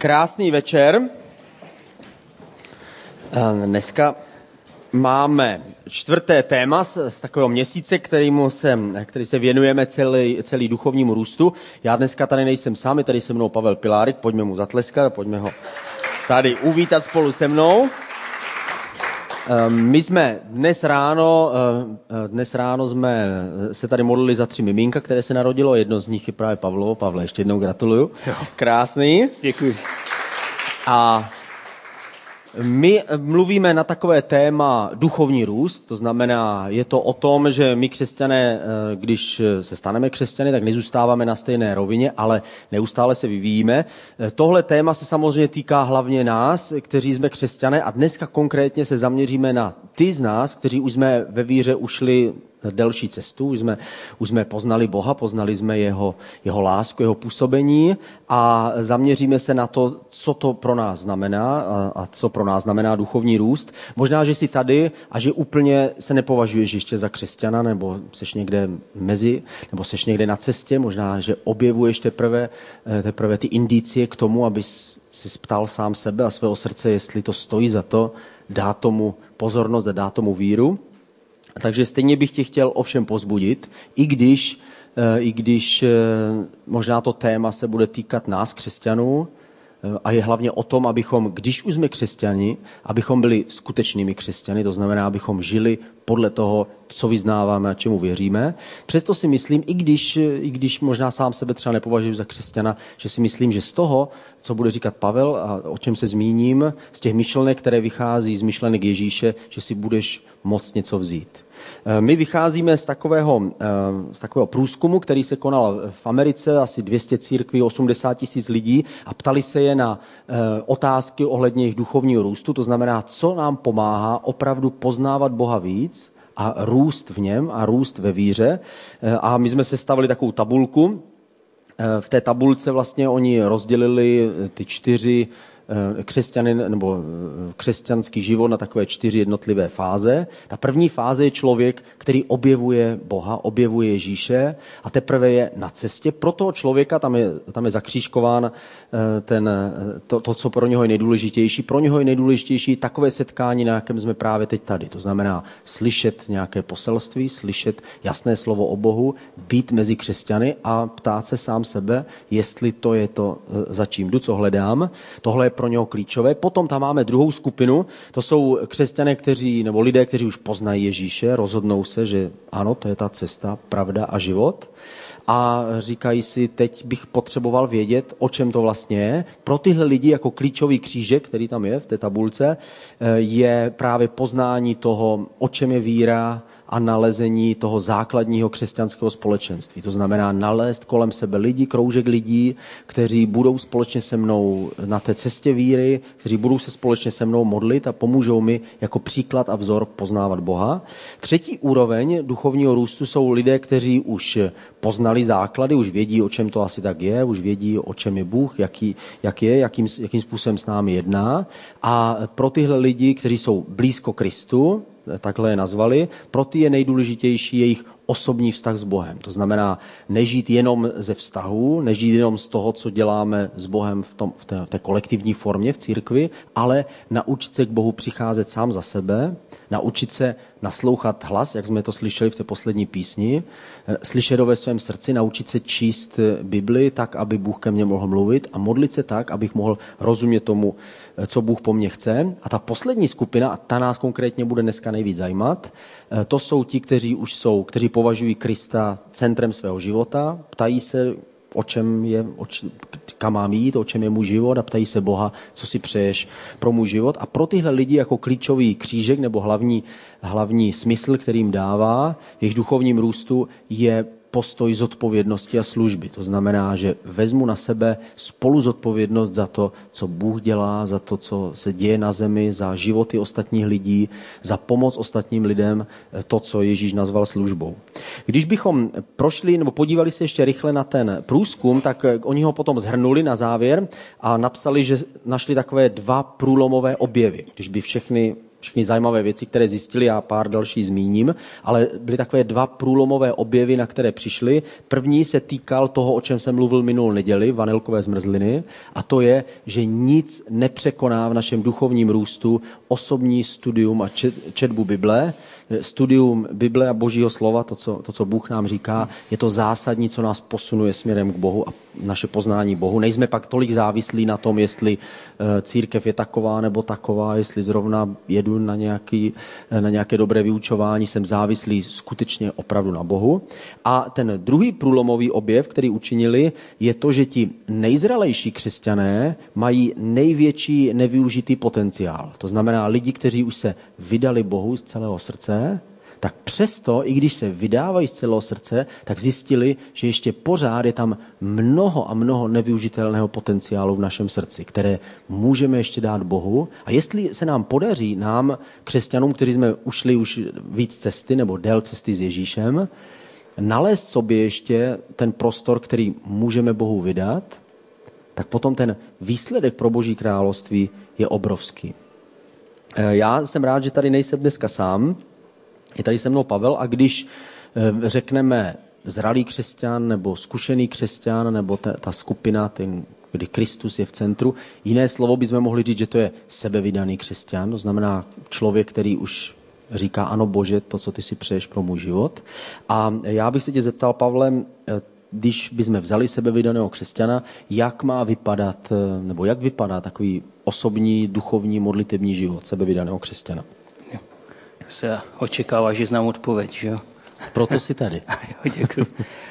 Krásný večer. Dneska máme čtvrté téma z takového měsíce, který se věnujeme celý duchovnímu růstu. Já dneska tady nejsem sám, je tady se mnou Pavel Pilárik, pojďme mu zatleskat, pojďme ho tady uvítat spolu se mnou. My jsme dnes ráno jsme se tady modlili za 3 miminka, které se narodilo. Jedno z nich je právě Pavlovo. Pavle, ještě jednou gratuluju. Jo. Krásný. Děkuji. A my mluvíme na takové téma duchovní růst, to znamená, je to o tom, že my křesťané, když se staneme křesťany, tak nezůstáváme na stejné rovině, ale neustále se vyvíjíme. Tohle téma se samozřejmě týká hlavně nás, kteří jsme křesťané, a dneska konkrétně se zaměříme na ty z nás, kteří už jsme ve víře ušli delší cestu, už jsme poznali Boha, poznali jsme jeho lásku, jeho působení a zaměříme se na to, co to pro nás znamená a co pro nás znamená duchovní růst. Možná, že jsi tady a že úplně se nepovažuješ ještě za křesťana, nebo seš někde nebo seš někde na cestě, možná, že objevuješ teprve ty indicie k tomu, abys si ptal sám sebe a svého srdce, jestli to stojí za to, dát tomu pozornost a dát tomu víru. Takže stejně bych tě chtěl ovšem pozbudit, i když možná to téma se bude týkat nás, křesťanů, a je hlavně o tom, abychom, když už jsme křesťani, abychom byli skutečnými křesťany, to znamená, abychom žili podle toho, co vyznáváme a čemu věříme. Přesto si myslím, i když možná sám sebe třeba nepovažuji za křesťana, že si myslím, že z toho, co bude říkat Pavel a o čem se zmíním, z těch myšlenek, které vychází z myšlenek Ježíše, že si budeš moct něco vzít. My vycházíme z takového průzkumu, který se konal v Americe, asi 200 církví, 80 000 lidí, a ptali se je na otázky ohledně jejich duchovního růstu, to znamená, co nám pomáhá opravdu poznávat Boha víc a růst v něm a růst ve víře. A my jsme sestavili takovou tabulku. V té tabulce vlastně oni rozdělili ty 4 křesťanský život na takové 4 jednotlivé fáze. Ta první fáze je člověk, který objevuje Boha, objevuje Ježíše a teprve je na cestě. Pro toho člověka tam je zakřížkován to, co pro něho je nejdůležitější. Pro něho je nejdůležitější takové setkání, na jakém jsme právě teď tady. To znamená slyšet nějaké poselství, slyšet jasné slovo o Bohu, být mezi křesťany a ptát se sám sebe, jestli to je to, za čím jdu, co hledám. Tohle je pro něho klíčové. Potom tam máme druhou skupinu, to jsou křesťané, nebo lidé, kteří už poznají Ježíše, rozhodnou se, že ano, to je ta cesta, pravda a život. A říkají si, teď bych potřeboval vědět, o čem to vlastně je. Pro tyhle lidi jako klíčový křížek, který tam je v té tabulce, je právě poznání toho, o čem je víra, a nalezení toho základního křesťanského společenství. To znamená nalézt kolem sebe lidi, kroužek lidí, kteří budou společně se mnou na té cestě víry, kteří budou se společně se mnou modlit a pomůžou mi jako příklad a vzor poznávat Boha. Třetí úroveň duchovního růstu jsou lidé, kteří už poznali základy, už vědí, o čem to asi tak je, už vědí, o čem je Bůh, jakým způsobem s námi jedná. A pro tyhle lidi, kteří jsou blízko Kristu, takhle je nazvali, pro ty je nejdůležitější jejich osobní vztah s Bohem. To znamená nežít jenom ze vztahu, nežít jenom z toho, co děláme s Bohem v té kolektivní formě v církvi, ale naučit se k Bohu přicházet sám za sebe, naučit se naslouchat hlas, jak jsme to slyšeli v té poslední písni, slyšet ho ve svém srdci, naučit se číst Bibli tak, aby Bůh ke mně mohl mluvit a modlit se tak, abych mohl rozumět tomu, co Bůh po mně chce. A ta poslední skupina, a ta nás konkrétně bude dneska nejvíc zajímat, to jsou ti, kteří považují Krista centrem svého života, ptají se, kam mám jít, o čem je můj život, a ptají se Boha, co si přeješ pro můj život. A pro tyhle lidi jako klíčový křížek nebo hlavní smysl, kterým dává v jejich duchovním růstu, je postoj zodpovědnosti a služby. To znamená, že vezmu na sebe spolu zodpovědnost za to, co Bůh dělá, za to, co se děje na zemi, za životy ostatních lidí, za pomoc ostatním lidem, to, co Ježíš nazval službou. Když bychom prošli nebo podívali se ještě rychle na ten průzkum, tak oni ho potom shrnuli na závěr a napsali, že našli takové 2 průlomové objevy. Když by všechny všechny zajímavé věci, které zjistili, já pár další zmíním, ale byly takové 2 průlomové objevy, na které přišli. První se týkal toho, o čem jsem mluvil minulou neděli, vanilkové zmrzliny, a to je, že nic nepřekoná v našem duchovním růstu osobní studium a četbu Bible. Studium Bible a Božího slova, to, co Bůh nám říká, je to zásadní, co nás posunuje směrem k Bohu a naše poznání Bohu. Nejsme pak tolik závislí na tom, jestli církev je taková nebo taková, jestli zrovna jedu na nějaké dobré vyučování, jsem závislý skutečně opravdu na Bohu. A ten druhý průlomový objev, který učinili, je to, že ti nejzralejší křesťané mají největší nevyužitý potenciál. To znamená lidi, kteří už se vydali Bohu z celého srdce, tak přesto, i když se vydávají z celého srdce, tak zjistili, že ještě pořád je tam mnoho a mnoho nevyužitelného potenciálu v našem srdci, které můžeme ještě dát Bohu. A jestli se nám podaří, nám, křesťanům, kteří jsme ušli už víc cesty nebo dél cesty s Ježíšem, nalézt sobě ještě ten prostor, který můžeme Bohu vydat, tak potom ten výsledek pro Boží království je obrovský. Já jsem rád, že tady nejsem dneska sám, je tady se mnou Pavel a když řekneme zralý křesťan nebo zkušený křesťan nebo ta skupina, kdy Kristus je v centru, jiné slovo bychom mohli říct, že to je sebevydaný křesťan, to znamená člověk, který už říká ano Bože, to, co ty si přeješ pro můj život. A já bych se tě zeptal, Pavle, když bychom vzali sebevydaného křesťana, jak má vypadat, nebo jak vypadá takový osobní, duchovní, modlitební život sebevydaného křesťana? Se očekává, že znám odpověď, že jo? Proto jsi tady. Jo, děkuji.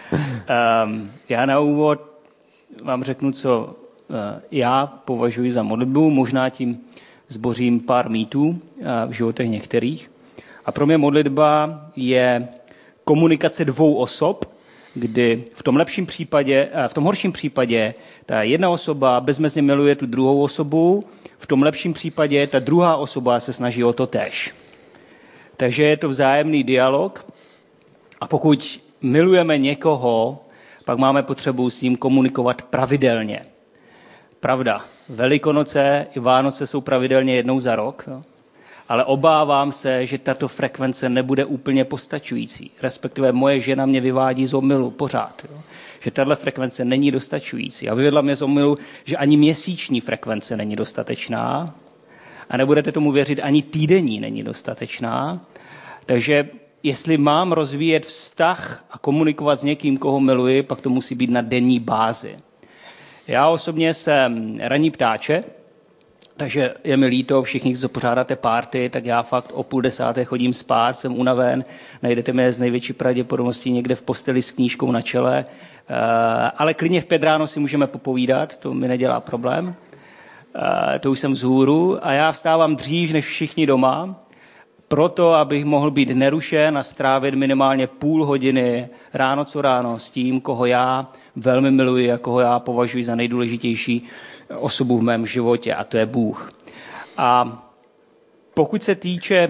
Já na úvod vám řeknu, co já považuji za modlitbu, možná tím zbořím pár mýtů v životech některých. A pro mě modlitba je komunikace 2 osob, kdy v tom horším případě ta jedna osoba bezmezně miluje tu druhou osobu, v tom lepším případě ta druhá osoba se snaží o to též. Takže je to vzájemný dialog a pokud milujeme někoho, pak máme potřebu s ním komunikovat pravidelně. Pravda, Velikonoce i Vánoce jsou pravidelně jednou za rok, jo? Ale obávám se, že tato frekvence nebude úplně postačující. Respektive moje žena mě vyvádí z omylu pořád. Jo? Že tato frekvence není dostačující. A vyvedla mě z omylu, že ani měsíční frekvence není dostatečná. A nebudete tomu věřit, ani týdenní není dostatečná. Takže jestli mám rozvíjet vztah a komunikovat s někým, koho miluji, pak to musí být na denní bázi. Já osobně jsem ranní ptáče, takže je mi líto, všichni, co pořádáte party, tak já fakt o 9:30 chodím spát, jsem unaven, najdete mě z největší pravděpodobností někde v posteli s knížkou na čele, ale klidně v 5 ráno si můžeme popovídat, to mi nedělá problém, to už jsem vzhůru a já vstávám dřív než všichni doma, proto, abych mohl být nerušen a strávit minimálně půl hodiny ráno co ráno s tím, koho já velmi miluji a koho já považuji za nejdůležitější osobu v mém životě, a to je Bůh. A pokud se týče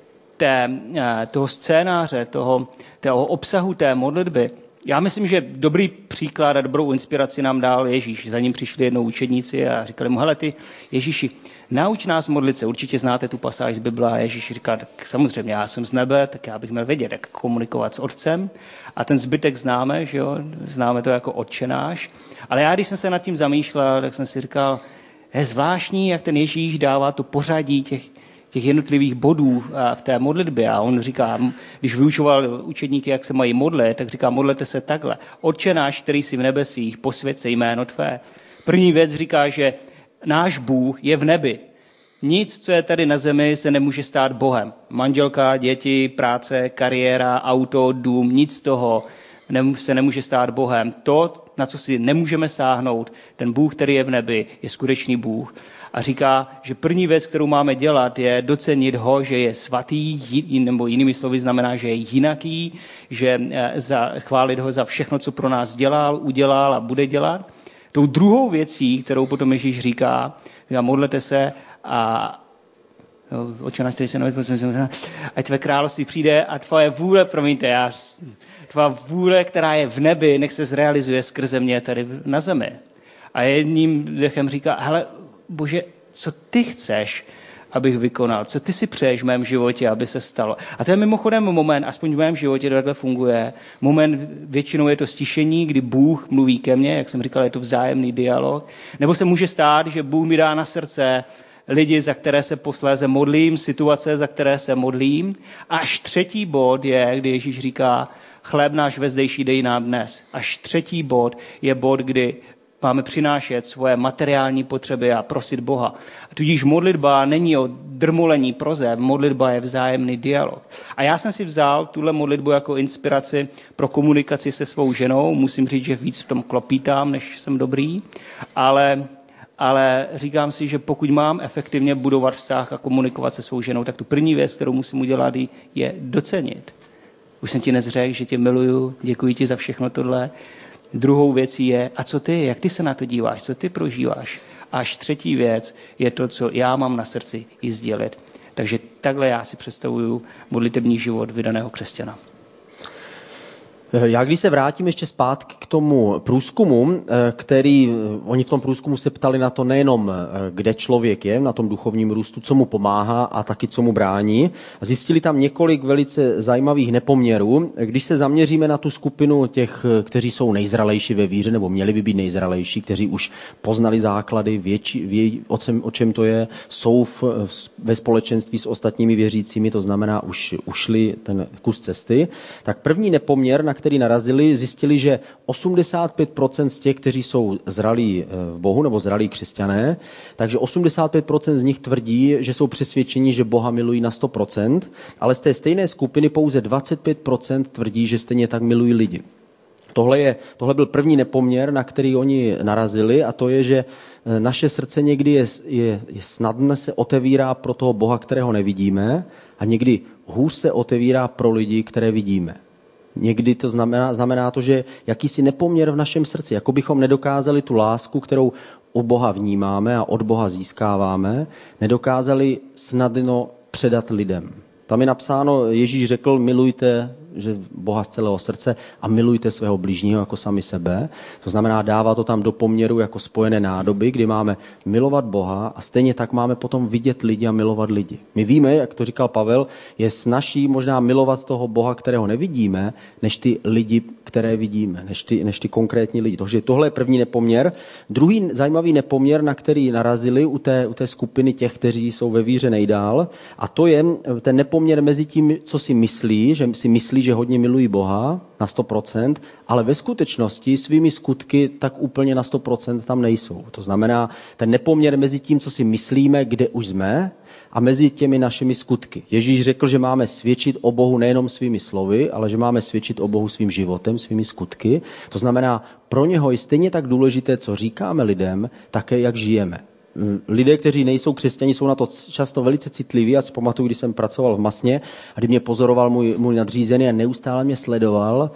toho scénáře, toho obsahu té modlitby, já myslím, že dobrý příklad a dobrou inspiraci nám dal Ježíš. Za ním přišli jednou učedníci a říkali mu, hele ty Ježíši, nauč nás modlit se. Určitě znáte tu pasáž z Bible a Ježíš říká, tak samozřejmě já jsem z nebe, tak já bych měl vědět, jak komunikovat s Otcem. A ten zbytek známe, že jo? Známe to jako Otče náš. Ale já, když jsem se nad tím zamýšlel, tak jsem si říkal, je zvláštní, jak ten Ježíš dává to pořadí těch jednotlivých bodů v té modlitbě. A on říká, když vyučoval učedníky, jak se mají modlit, tak říká, modlete se takhle. Otče náš, který jsi v nebesích, posvěť se jméno tvé. První věc říká, že náš Bůh je v nebi. Nic, co je tady na zemi, se nemůže stát Bohem. Manželka, děti, práce, kariéra, auto, dům, nic z toho se nemůže stát Bohem. To, na co si nemůžeme sáhnout, ten Bůh, který je v nebi, je skutečný Bůh. A říká, že první věc, kterou máme dělat, je docenit ho, že je svatý, nebo jinými slovy znamená, že je jinaký, že chválit ho za všechno, co pro nás dělal, udělal a bude dělat. Tou druhou věcí, kterou potom Ježíš říká, modlete se a Otče náš, který se nebesích, ať tvé království přijde a tvoje vůle, tvá vůle, která je v nebi, nech se zrealizuje skrze mě tady na zemi. A jedním dechem říká, hele, Bože, co ty chceš, abych vykonal? Co ty si přeješ v mém životě, aby se stalo? A to je mimochodem moment, aspoň v mém životě to takhle funguje, moment, většinou je to stišení, kdy Bůh mluví ke mně, jak jsem říkal, je to vzájemný dialog, nebo se může stát, že Bůh mi dá na srdce lidi, za které se posléze modlím, situace, za které se modlím. Až třetí bod je, kdy Ježíš říká, chléb náš vezdejší dej nám dnes. Až třetí bod je bod, kdy máme přinášet svoje materiální potřeby a prosit Boha. A tudíž modlitba není o drmolení proze, modlitba je vzájemný dialog. A já jsem si vzal tuhle modlitbu jako inspiraci pro komunikaci se svou ženou. Musím říct, že víc v tom klopítám, než jsem dobrý, ale říkám si, že pokud mám efektivně budovat vztah a komunikovat se svou ženou, tak tu první věc, kterou musím udělat, je docenit. Už jsem ti nezřekl, že tě miluju, děkuji ti za všechno tohle. Druhou věcí je, a co ty, jak ty se na to díváš, co ty prožíváš. A až třetí věc je to, co já mám na srdci jí sdělit. Takže takhle já si představuju modlitební život vydaného křesťana. Já když se vrátím ještě zpátky k tomu průzkumu, oni v tom průzkumu se ptali na to nejenom, kde člověk je, na tom duchovním růstu, co mu pomáhá a taky co mu brání. Zjistili tam několik velice zajímavých nepoměrů. Když se zaměříme na tu skupinu těch, kteří jsou nejzralejší ve víře, nebo měli by být nejzralejší, kteří už poznali základy, vědí, o čem to je, jsou ve společenství s ostatními věřícími, to znamená, už ušli ten kus cesty, tak první nepoměr, na který narazili, zjistili, že 85% z těch, kteří jsou zralí v Bohu nebo zralí křesťané, takže 85% z nich tvrdí, že jsou přesvědčeni, že Boha milují na 100%, ale z té stejné skupiny pouze 25% tvrdí, že stejně tak milují lidi. Tohle byl první nepoměr, na který oni narazili, a to je, že naše srdce někdy je snadno se otevírá pro toho Boha, kterého nevidíme, a někdy hůř se otevírá pro lidi, které vidíme. Někdy to znamená to, že jakýsi nepoměr v našem srdci, jako bychom nedokázali tu lásku, kterou u Boha vnímáme a od Boha získáváme, nedokázali snadno předat lidem. Tam je napsáno, Ježíš řekl, milujte že Boha z celého srdce a milujte svého bližního jako sami sebe. To znamená, dává to tam do poměru jako spojené nádoby, kdy máme milovat Boha a stejně tak máme potom vidět lidi a milovat lidi. My víme, jak to říkal Pavel, je snazší možná milovat toho Boha, kterého nevidíme, než ty lidi, které vidíme, než ty konkrétní lidi. Takže tohle je první nepoměr. Druhý zajímavý nepoměr, na který narazili u té skupiny těch, kteří jsou ve víře nejdál, a to je ten nepoměr mezi tím, co si myslí, že hodně milují Boha na 100%, ale ve skutečnosti svými skutky tak úplně na 100% tam nejsou. To znamená ten nepoměr mezi tím, co si myslíme, kde už jsme, a mezi těmi našimi skutky. Ježíš řekl, že máme svědčit o Bohu nejenom svými slovy, ale že máme svědčit o Bohu svým životem, svými skutky. To znamená, pro něho je stejně tak důležité, co říkáme lidem, také jak žijeme. Lidé, kteří nejsou křesťaní, jsou na to často velice citliví. Já si pamatuju, když jsem pracoval v Masně a kdy mě pozoroval můj nadřízený a neustále mě sledoval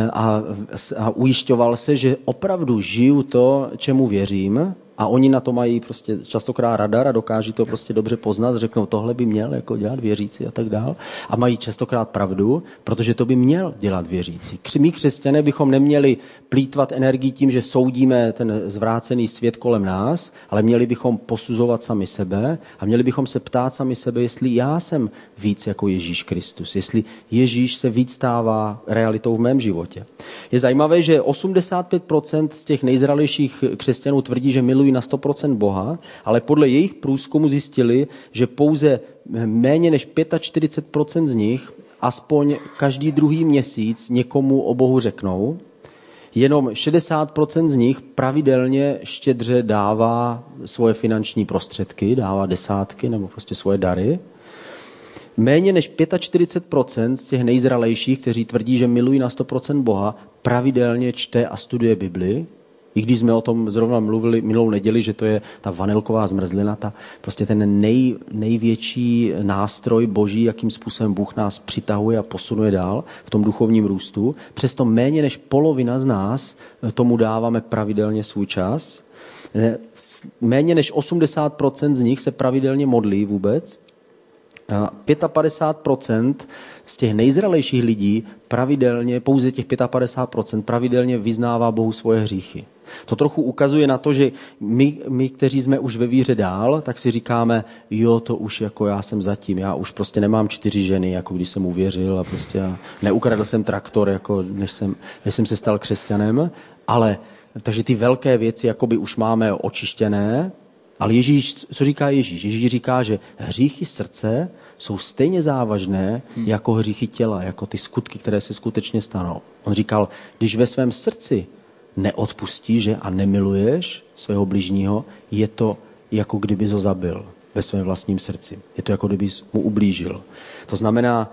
a ujišťoval se, že opravdu žiju to, čemu věřím, a oni na to mají prostě častokrát radar a dokáží to prostě dobře poznat, řeknou, tohle by měl jako dělat věřící a tak dál. A mají častokrát pravdu, protože to by měl dělat věřící. My křesťané bychom neměli plýtvat energii tím, že soudíme ten zvrácený svět kolem nás, ale měli bychom posuzovat sami sebe a měli bychom se ptát sami sebe, jestli já jsem víc jako Ježíš Kristus, jestli Ježíš se víc stává realitou v mém životě. Je zajímavé, že 85% z těch nejzralejších křesťanů tvrdí, že milují na 100% Boha, ale podle jejich průzkumu zjistili, že pouze méně než 45% z nich aspoň každý druhý měsíc někomu o Bohu řeknou. Jenom 60% z nich pravidelně štědře dává svoje finanční prostředky, dává desátky nebo prostě svoje dary. Méně než 45% z těch nejzralejších, kteří tvrdí, že milují na 100% Boha, pravidelně čte a studuje Bibli. I když jsme o tom zrovna mluvili minulou neděli, že to je ta vanilková zmrzlina, prostě ten největší nástroj boží, jakým způsobem Bůh nás přitahuje a posunuje dál v tom duchovním růstu. Přesto méně než polovina z nás tomu dáváme pravidelně svůj čas. Méně než 80% z nich se pravidelně modlí vůbec. 55% z těch nejzralejších lidí pravidelně, pouze těch 55% pravidelně vyznává Bohu svoje hříchy. To trochu ukazuje na to, že my, kteří jsme už ve víře dál, tak si říkáme, jo, to už jako já jsem zatím, já už prostě nemám 4 ženy, jako když jsem uvěřil a prostě neukradl jsem traktor, jako než jsem se stal křesťanem, ale takže ty velké věci jakoby už máme očištěné, ale Ježíš, co říká Ježíš? Ježíš říká, že hříchy srdce jsou stejně závažné jako hříchy těla, jako ty skutky, které se skutečně stanou. On říkal, když ve svém srdci neodpustíš a nemiluješ svého bližního, je to jako kdybys ho zabil ve svém vlastním srdci. Je to jako kdybys mu ublížil. To znamená,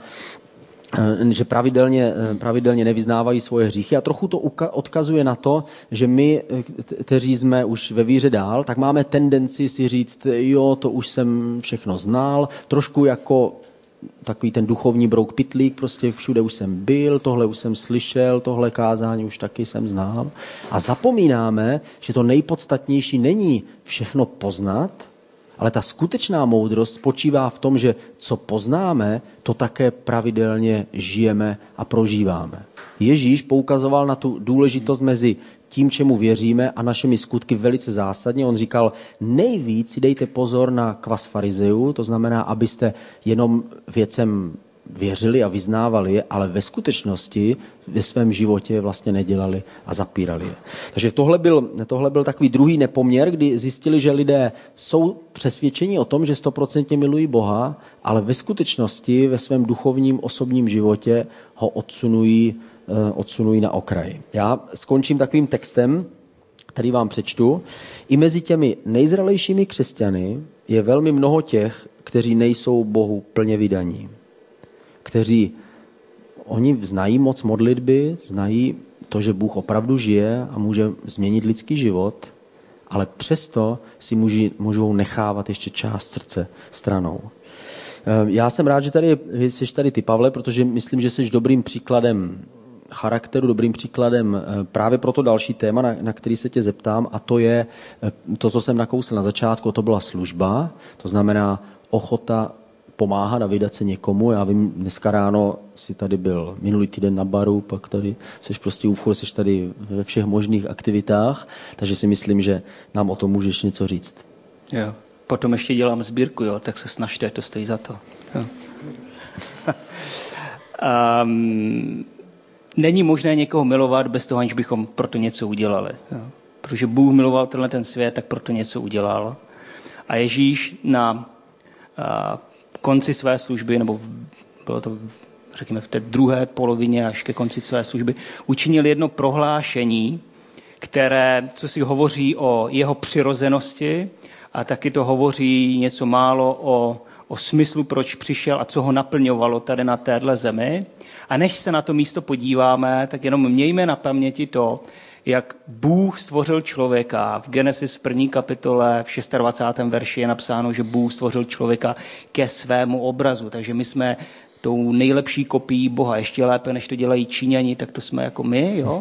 že pravidelně nevyznávají svoje hříchy a trochu to odkazuje na to, že my, kteří jsme už ve víře dál, tak máme tendenci si říct, jo, to už jsem všechno znal, trošku jako takový ten duchovní brouk pytlík, prostě všude už jsem byl, tohle už jsem slyšel, tohle kázání už taky jsem znal. A zapomínáme, že to nejpodstatnější není všechno poznat, ale ta skutečná moudrost spočívá v tom, že co poznáme, to také pravidelně žijeme a prožíváme. Ježíš poukazoval na tu důležitost mezi tím, čemu věříme a našimi skutky velice zásadně. On říkal, nejvíc si dejte pozor na kvas farizejů, to znamená, abyste jenom věcem věřili a vyznávali je, ale ve skutečnosti ve svém životě vlastně nedělali a zapírali je. Takže tohle byl takový druhý nepoměr, kdy zjistili, že lidé jsou přesvědčeni o tom, že 100% milují Boha, ale ve skutečnosti ve svém duchovním osobním životě ho odsunují na okraj. Já skončím takovým textem, který vám přečtu. I mezi těmi nejzralejšími křesťany je velmi mnoho těch, kteří nejsou Bohu plně vydaní. Kteří oni znají moc modlitby, znají to, že Bůh opravdu žije a může změnit lidský život, ale přesto si můžou nechávat ještě část srdce stranou. Já jsem rád, že jsi tady ty, Pavle, protože myslím, že jsi dobrým příkladem charakteru, dobrým příkladem právě pro to další téma, na který se tě zeptám, a to je to, co jsem nakousl na začátku, to byla služba, to znamená ochota pomáhat a vydat se někomu. Já vím, dneska ráno si tady byl minulý týden na baru, pak tady seš prostě u vchodu, seš tady ve všech možných aktivitách, takže si myslím, že nám o tom můžeš něco říct. Jo. Potom ještě dělám sbírku, jo, tak se snažte, to stojí za to. Jo. Není možné někoho milovat bez toho, aniž bychom proto něco udělali. Jo. Protože Bůh miloval ten svět, tak proto něco udělal. A Ježíš na konci své služby, nebo bylo to, řekněme, v té druhé polovině až ke konci své služby, učinil jedno prohlášení, které, co si hovoří o jeho přirozenosti a taky to hovoří něco málo o smyslu, proč přišel a co ho naplňovalo tady na téhle zemi. A než se na to místo podíváme, tak jenom mějme na paměti to, jak Bůh stvořil člověka. V Genesis v 1. kapitole v 26. verši je napsáno, že Bůh stvořil člověka ke svému obrazu. Takže my jsme tou nejlepší kopií Boha. Ještě lépe, než to dělají Číňani, tak to jsme jako my. Jo?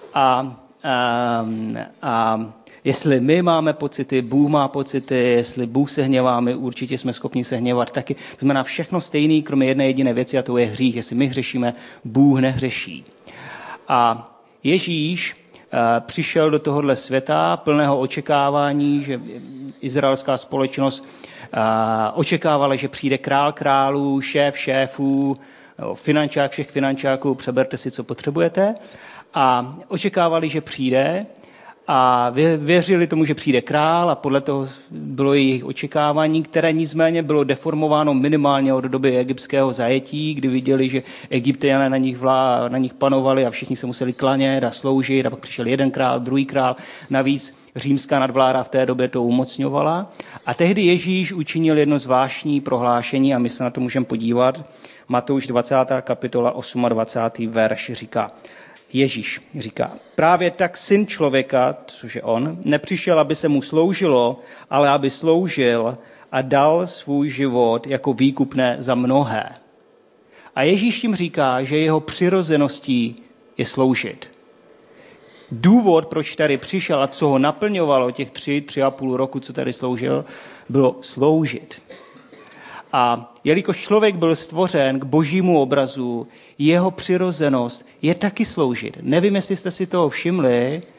A jestli my máme pocity, Bůh má pocity, jestli Bůh se hněvá, my určitě jsme schopni se hněvat taky. To znamená všechno stejný, kromě jedné jediné věci, a to je hřích. Jestli my hřešíme, Bůh nehřeší. A Ježíš přišel do tohohle světa plného očekávání, že izraelská společnost očekávala, že přijde král králů, šéf šéfů, finančák všech finančáků, přeberte si, co potřebujete. A očekávali, že přijde a věřili tomu, že přijde král a podle toho bylo jejich očekávání, které nicméně bylo deformováno minimálně od doby egyptského zajetí, kdy viděli, že Egypťané na nich panovali a všichni se museli klanět a sloužit a pak přišel jeden král, druhý král. Navíc římská nadvláda v té době to umocňovala. A tehdy Ježíš učinil jedno zvláštní prohlášení a my se na to můžeme podívat. Matouš 20. kapitola 28. verš říká, Ježíš říká, právě tak syn člověka, což je on, nepřišel, aby se mu sloužilo, ale aby sloužil a dal svůj život jako výkupné za mnohé. A Ježíš tím říká, že jeho přirozeností je sloužit. Důvod, proč tady přišel a co ho naplňovalo těch 3,5 roku, co tady sloužil, bylo sloužit. A jelikož člověk byl stvořen k božímu obrazu, jeho přirozenost je taky sloužit. Nevím, jestli jste si toho všimli,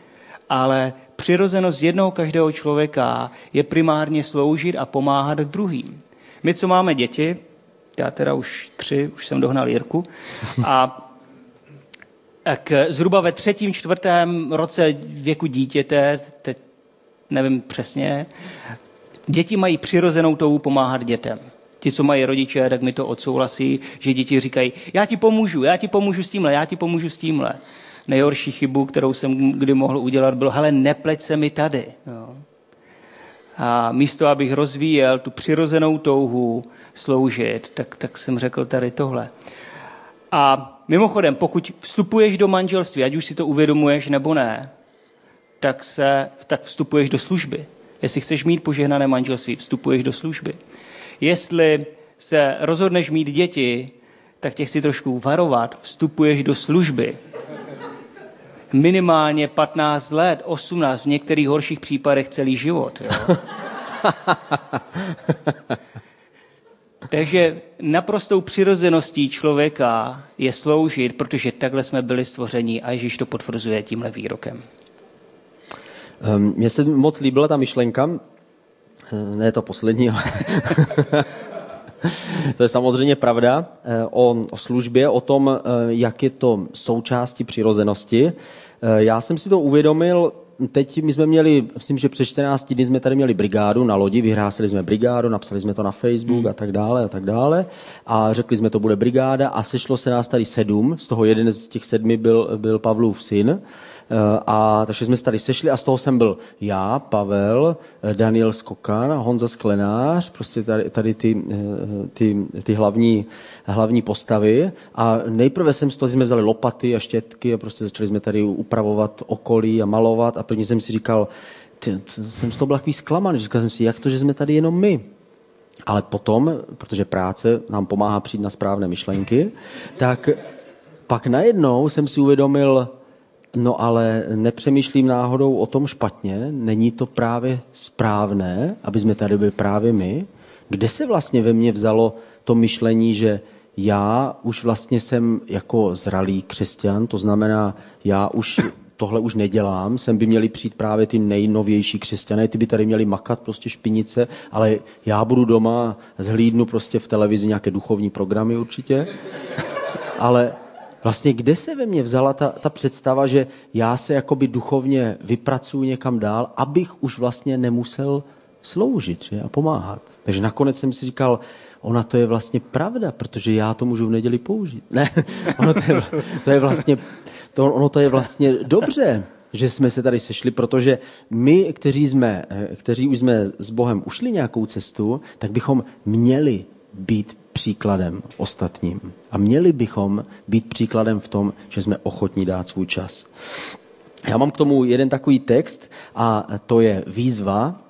ale přirozenost jednoho každého člověka je primárně sloužit a pomáhat druhým. My, co máme děti, já teda už 3, už jsem dohnal Jirku, a zhruba ve 3., 4. roce věku dítěte, teď nevím přesně, děti mají přirozenou touhu pomáhat dětem. Ti, co mají rodiče, tak mi to odsouhlasí, že děti říkají, já ti pomůžu s tímhle. Nejhorší chybu, kterou jsem kdy mohl udělat, bylo, hele, nepleť se mi tady. Jo. A místo, abych rozvíjel tu přirozenou touhu sloužit, tak jsem řekl tady tohle. A mimochodem, pokud vstupuješ do manželství, ať už si to uvědomuješ nebo ne, tak vstupuješ do služby. Jestli chceš mít požehnané manželství, vstupuješ do služby. Jestli se rozhodneš mít děti, tak tě chci trošku varovat, vstupuješ do služby. Minimálně 15 let, 18, v některých horších případech celý život. Jo? Takže naprostou přirozeností člověka je sloužit, protože takhle jsme byli stvoření a Ježíš to potvrzuje tímhle výrokem. Mně se moc líbila ta myšlenka, ne to poslední, ale to je samozřejmě pravda, o službě, o tom, jak je to součástí přirozenosti. Já jsem si to uvědomil, teď my jsme měli, myslím, že před 14 dny jsme tady měli brigádu na lodi, vyhrásili jsme brigádu, napsali jsme to na Facebook a tak dále a řekli jsme, to bude brigáda a sešlo se nás tady 7, z toho jeden z těch 7 byl Pavlův syn. A takže jsme se tady sešli a z toho jsem byl já, Pavel, Daniel Skokan, Honza Sklenář, prostě tady ty hlavní postavy. A nejprve jsme vzali lopaty a štětky a prostě začali jsme tady upravovat okolí a malovat a prvně jsem si říkal, jsem z toho byl takový zklamaný, říkal jsem si, jak to, že jsme tady jenom my. Ale potom, protože práce nám pomáhá přijít na správné myšlenky, tak pak najednou jsem si uvědomil, no ale nepřemýšlím náhodou o tom špatně, není to právě správné, aby jsme tady byli právě my? Kde se vlastně ve mně vzalo to myšlení, že já už vlastně jsem jako zralý křesťan, to znamená, já už tohle už nedělám, sem by měli přijít právě ty nejnovější křesťané, ty by tady měli makat prostě špinice, ale já budu doma, zhlídnu prostě v televizi nějaké duchovní programy určitě, ale vlastně kde se ve mně vzala ta představa, že já se jakoby duchovně vypracuju někam dál, abych už vlastně nemusel sloužit, že, a pomáhat. Takže nakonec jsem si říkal, ona to je vlastně pravda, protože já to můžu v neděli použít. Ne, ono to je vlastně dobře, že jsme se tady sešli, protože my, kteří už jsme s Bohem ušli nějakou cestu, tak bychom měli být příkladem ostatním. A měli bychom být příkladem v tom, že jsme ochotní dát svůj čas. Já mám k tomu jeden takový text a to je výzva.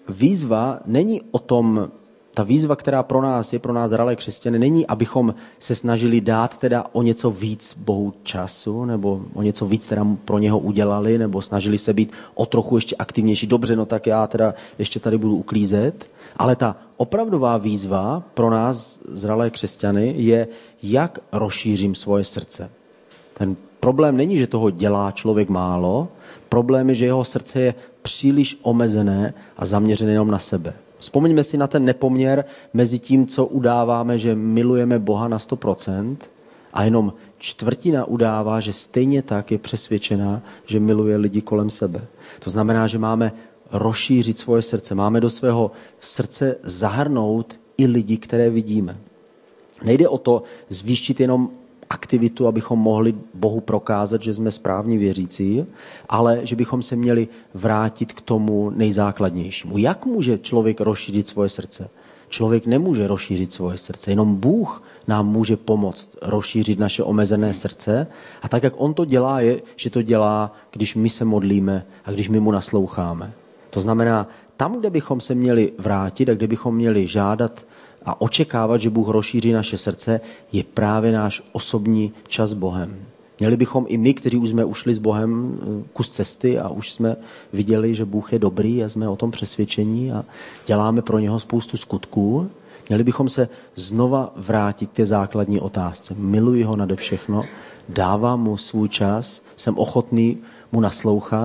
Výzva není o tom, ta výzva, která je pro nás zralé křesťany, není, abychom se snažili dát teda o něco víc Bohu času, nebo o něco víc teda pro něho udělali, nebo snažili se být o trochu ještě aktivnější. Dobře, no tak já teda ještě tady budu uklízet. Ale ta opravdová výzva pro nás zralé křesťany je, jak rozšířím svoje srdce. Ten problém není, že toho dělá člověk málo, problém je, že jeho srdce je příliš omezené a zaměřené jenom na sebe. Vzpomeňme si na ten nepoměr mezi tím, co udáváme, že milujeme Boha na 100% a jenom čtvrtina udává, že stejně tak je přesvědčená, že miluje lidi kolem sebe. To znamená, že máme rozšířit svoje srdce. Máme do svého srdce zahrnout i lidi, které vidíme. Nejde o to zvýšit jenom aktivitu, abychom mohli Bohu prokázat, že jsme správní věřící, ale že bychom se měli vrátit k tomu nejzákladnějšímu. Jak může člověk rozšířit svoje srdce? Člověk nemůže rozšířit svoje srdce, jenom Bůh nám může pomoct rozšířit naše omezené srdce a tak, jak on to dělá, je, že to dělá, když my se modlíme a když my mu nasloucháme. To znamená, tam, kde bychom se měli vrátit a kde bychom měli žádat a očekávat, že Bůh rozšíří naše srdce, je právě náš osobní čas s Bohem. Měli bychom i my, kteří už jsme ušli s Bohem kus cesty a už jsme viděli, že Bůh je dobrý a jsme o tom přesvědčení a děláme pro něho spoustu skutků, měli bychom se znova vrátit k té základní otázce. Miluji ho nade všechno, dávám mu svůj čas, jsem ochotný mu naslouchat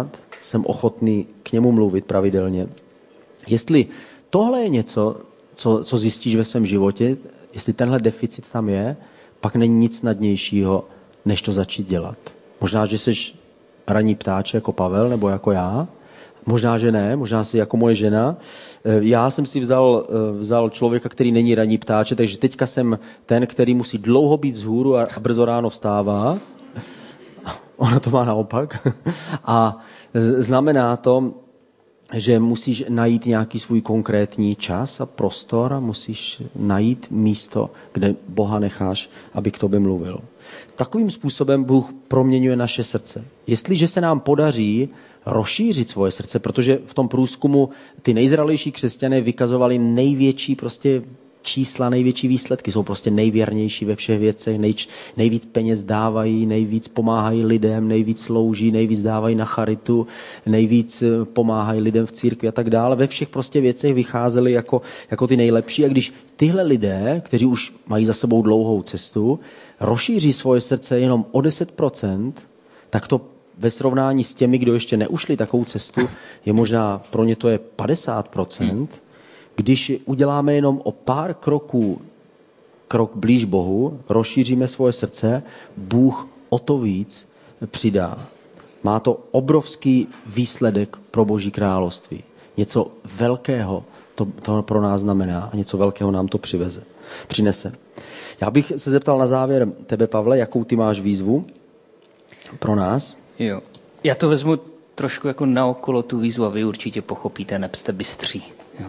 jsem ochotný k němu mluvit pravidelně. Jestli tohle je něco, co zjistíš ve svém životě, jestli tenhle deficit tam je, pak není nic snadnějšího, než to začít dělat. Možná, že jsi ranní ptáč jako Pavel nebo jako já, možná, že ne, možná jsi jako moje žena. Já jsem si vzal člověka, který není ranní ptáče, takže teďka jsem ten, který musí dlouho být vzhůru a brzo ráno vstává. Ona to má naopak. A znamená to, že musíš najít nějaký svůj konkrétní čas a prostor a musíš najít místo, kde Boha necháš, aby k tobě mluvil. Takovým způsobem Bůh proměňuje naše srdce. Jestliže se nám podaří rozšířit svoje srdce, protože v tom průzkumu ty nejzralejší křesťané vykazovali největší čísla, největší výsledky, jsou prostě nejvěrnější ve všech věcech, nejvíc peněz dávají, nejvíc pomáhají lidem, nejvíc slouží, nejvíc dávají na charitu, nejvíc pomáhají lidem v církvi a tak dále. Ve všech prostě věcech vycházeli jako ty nejlepší. A když tyhle lidé, kteří už mají za sebou dlouhou cestu, rozšíří svoje srdce jenom o 10%, tak to ve srovnání s těmi, kdo ještě neušli takovou cestu, je možná pro ně to je 50%. Když uděláme jenom o pár krok blíž Bohu, rozšíříme svoje srdce, Bůh o to víc přidá. Má to obrovský výsledek pro Boží království. Něco velkého to pro nás znamená a něco velkého nám to přinese. Já bych se zeptal na závěr tebe, Pavle, jakou ty máš výzvu pro nás? Jo. Já to vezmu trošku jako naokolo tu výzvu a vy určitě pochopíte, nebste bystří. Jo.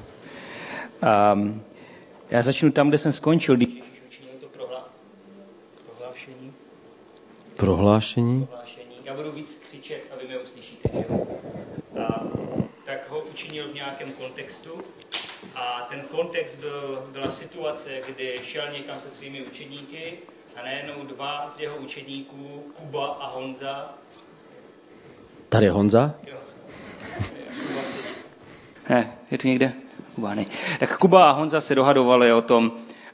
Já začnu tam, kde jsem skončil, když Ježíš učinil to prohlášení. Prohlášení? Já budu víc křičet a vy mě uslyšíte. Tak ho učinil v nějakém kontextu a ten kontext byla situace, kdy šel někam se svými učeníky a najednou dva z jeho učeníků, Kuba a Honza. Tady je Honza? Jo. Je to někde? Tak Kuba a Honza se dohadovali o tom,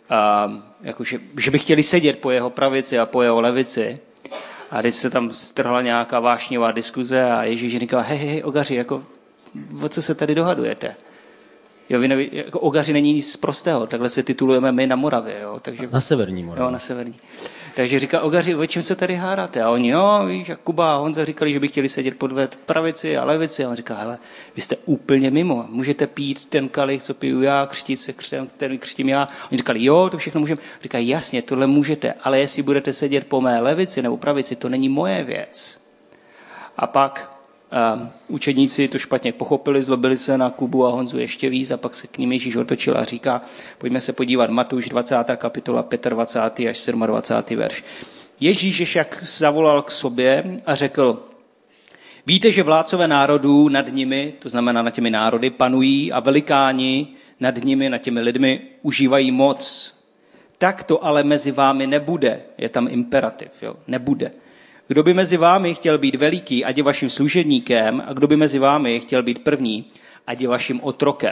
že by chtěli sedět po jeho pravici a po jeho levici. A když se tam strhla nějaká vášnivá diskuze a Ježíš říkal, hej, ogaři, o co se tady dohadujete? Jo, jako ogaři není nic prostého, takhle se titulujeme my na Moravě. Jo, takže, na severní Moravě. Jo, na severní. Takže říká, ogaři, o čem se tady hádáte? A oni, víš, a Kuba a Honza říkali, že by chtěli sedět po pravici a levici. A on říká, hele, vy jste úplně mimo. Můžete pít ten kalich, co piju já, křtít se křtem, který křtím já. Oni říkali, jo, to všechno můžeme. Říká, jasně, tohle můžete, ale jestli budete sedět po mé levici nebo pravici, to není moje věc. A pak učedníci to špatně pochopili, zlobili se na Kubu a Honzu ještě víc a pak se k nim Ježíš otočil a říká, pojďme se podívat, Matouš 20. kapitola 25. až 27. verš. Ježíš však zavolal k sobě a řekl, víte, že vládcové národů nad nimi, to znamená nad těmi národy, panují a velikáni nad nimi, nad těmi lidmi užívají moc. Tak to ale mezi vámi nebude, je tam imperativ, jo? Nebude. Kdo by mezi vámi chtěl být veliký, ať je vaším služebníkem, a kdo by mezi vámi chtěl být první, ať je vaším otrokem.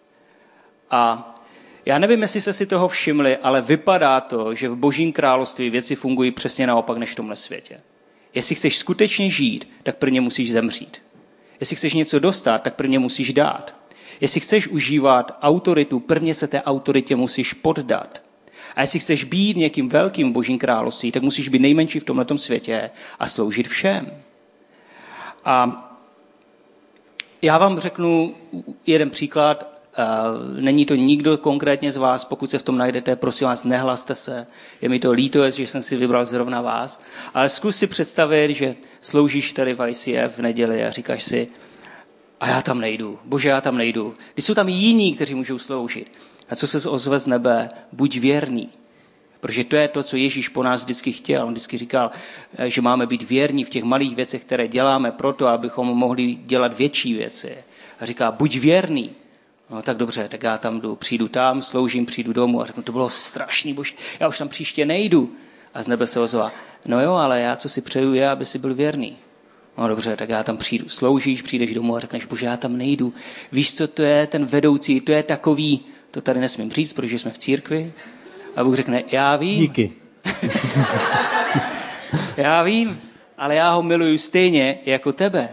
A já nevím, jestli jste si toho všimli, ale vypadá to, že v Božím království věci fungují přesně naopak než v tomhle světě. Jestli chceš skutečně žít, tak prvně musíš zemřít. Jestli chceš něco dostat, tak prvně musíš dát. Jestli chceš užívat autoritu, prvně se té autoritě musíš poddat. A jestli chceš být někým velkým v Božím království, tak musíš být nejmenší v tomhletom světě a sloužit všem. A já vám řeknu jeden příklad. Není to nikdo konkrétně z vás, pokud se v tom najdete, prosím vás, nehlaste se. Je mi to líto, že jsem si vybral zrovna vás. Ale zkus si představit, že sloužíš tady v ICF v neděli a říkáš si, a já tam nejdu, Bože, já tam nejdu. Když jsou tam jiní, kteří můžou sloužit. A co se ozve z nebe? Buď věrný. Protože to je to, co Ježíš po nás vždycky chtěl. On vždycky říkal, že máme být věrní v těch malých věcech, které děláme proto, abychom mohli dělat větší věci. A říká, buď věrný. No tak dobře, tak já tam jdu, přijdu tam, sloužím, přijdu domů a řeknu, to bylo strašný, Bože, já už tam příště nejdu. A z nebe se ozvá, no jo, ale já co si přeju je, aby si byl věrný. No dobře, tak já tam přijdu, sloužíš, přijdeš domů a řekneš, Bože, já tam nejdu. Víš, co to je ten vedoucí, to je takový, to tady nesmím říct, protože jsme v církvi. A Bůh řekne, já vím. Díky. Já vím, ale já ho miluju stejně jako tebe.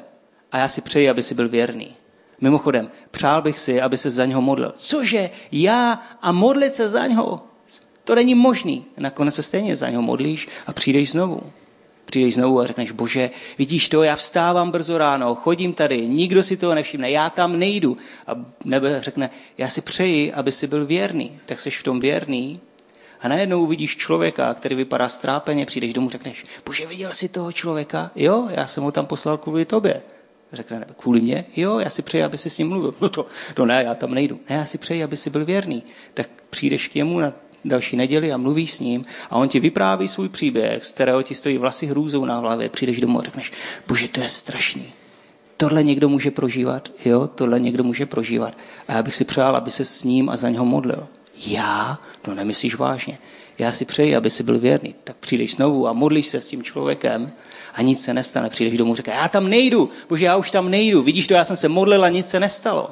a já si přeji, aby si byl věrný. Mimochodem, přál bych si, aby se za něho modlil. Cože? Já a modlit se za něho? To není možný. Nakonec se stejně za něho modlíš a přijdeš znovu. Přijdeš znovu a řekneš, Bože, vidíš to, já vstávám brzo ráno, chodím tady, nikdo si toho nevšimne, já tam nejdu. A nebe řekne, já si přeji, aby si byl věrný. Tak seš v tom věrný a najednou uvidíš člověka, který vypadá strápeně, přijdeš domů, řekneš, Bože, viděl jsi toho člověka? Jo, já jsem ho tam poslal kvůli tobě. Řekne nebe, kvůli mě? Jo, já si přeji, aby si s ním mluvil. No to ne, já tam nejdu. Ne, já si přeji, aby si byl věrný. Tak přijdeš k němu na další neděli a mluvíš s ním a on ti vypráví svůj příběh, z kterého ti stojí vlasy hrůzou na hlavě. Přijdeš domů a řekneš, Bože, to je strašný. Tohle někdo může prožívat? Jo, tohle někdo může prožívat. A já bych si přál, aby se s ním a za něho modlil. Já? To nemyslíš vážně. Já si přeji, aby si byl věrný. Tak přijdeš znovu a modlíš se s tím člověkem a nic se nestane. Přijdeš domů a říkáš, já tam nejdu, Bože, já už tam nejdu. Vidíš to, já jsem se modlil a nic se nestalo.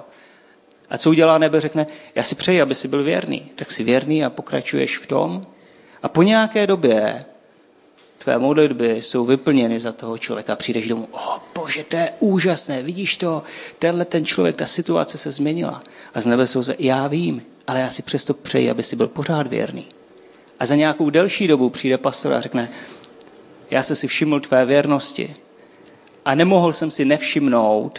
A co udělá nebe? Řekne, já si přeji, aby si byl věrný. Tak jsi věrný a pokračuješ v tom. A po nějaké době tvé modlitby jsou vyplněny za toho člověka. Přijdeš domů, Bože, to je úžasné, vidíš to, ten člověk, ta situace se změnila. A z nebe se ozve, já vím, ale já si přesto přeji, aby si byl pořád věrný. A za nějakou delší dobu přijde pastor a řekne, já jsem si všiml tvé věrnosti a nemohl jsem si nevšimnout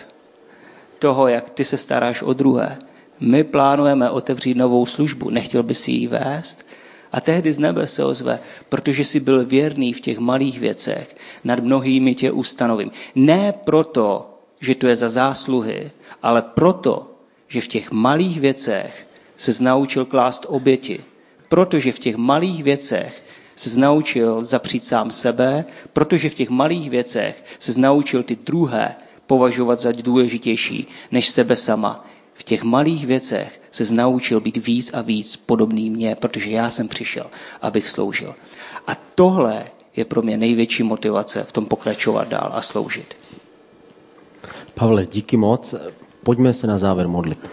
toho, jak ty se staráš o druhé. My plánujeme otevřít novou službu, nechtěl by si ji vést? A tehdy z nebe se ozve, protože jsi byl věrný v těch malých věcech, nad mnohými tě ustanovím. Ne proto, že to je za zásluhy, ale proto, že v těch malých věcech se naučil klást oběti. Protože v těch malých věcech se naučil zapřít sám sebe, protože v těch malých věcech se naučil ty druhé považovat za důležitější než sebe sama. V těch malých věcech se naučil být víc a víc podobný mně, protože já jsem přišel, abych sloužil. A tohle je pro mě největší motivace v tom pokračovat dál a sloužit. Pavle, díky moc. Pojďme se na závěr modlit.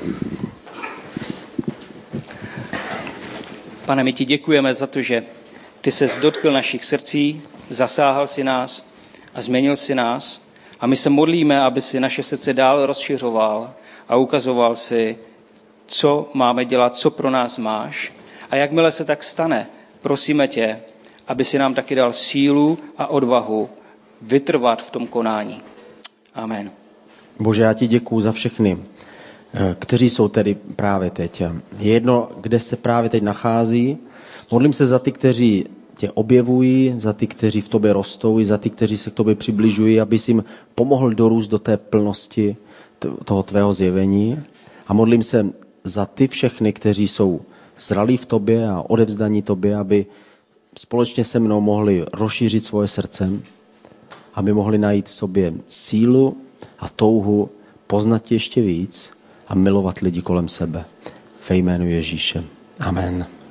Pane, my ti děkujeme za to, že ty ses dotkl našich srdcí, zasáhl si nás a změnil si nás. A my se modlíme, aby si naše srdce dál rozšiřoval a ukazoval si, co máme dělat, co pro nás máš. A jakmile se tak stane, prosíme tě, aby si nám taky dal sílu a odvahu vytrvat v tom konání. Amen. Bože, já ti děkuju za všechny, kteří jsou tedy právě teď. Je jedno, kde se právě teď nachází. Modlím se za ty, kteří tě objevují, za ty, kteří v tobě rostou, i za ty, kteří se k tobě přibližují, abys jim pomohl dorůst do té plnosti toho tvého zjevení. A modlím se za ty všechny, kteří jsou zralí v tobě a odevzdaní tobě, aby společně se mnou mohli rozšířit svoje srdce, aby mohli najít v sobě sílu a touhu poznat tě ještě víc a milovat lidi kolem sebe. Ve jménu Ježíše. Amen.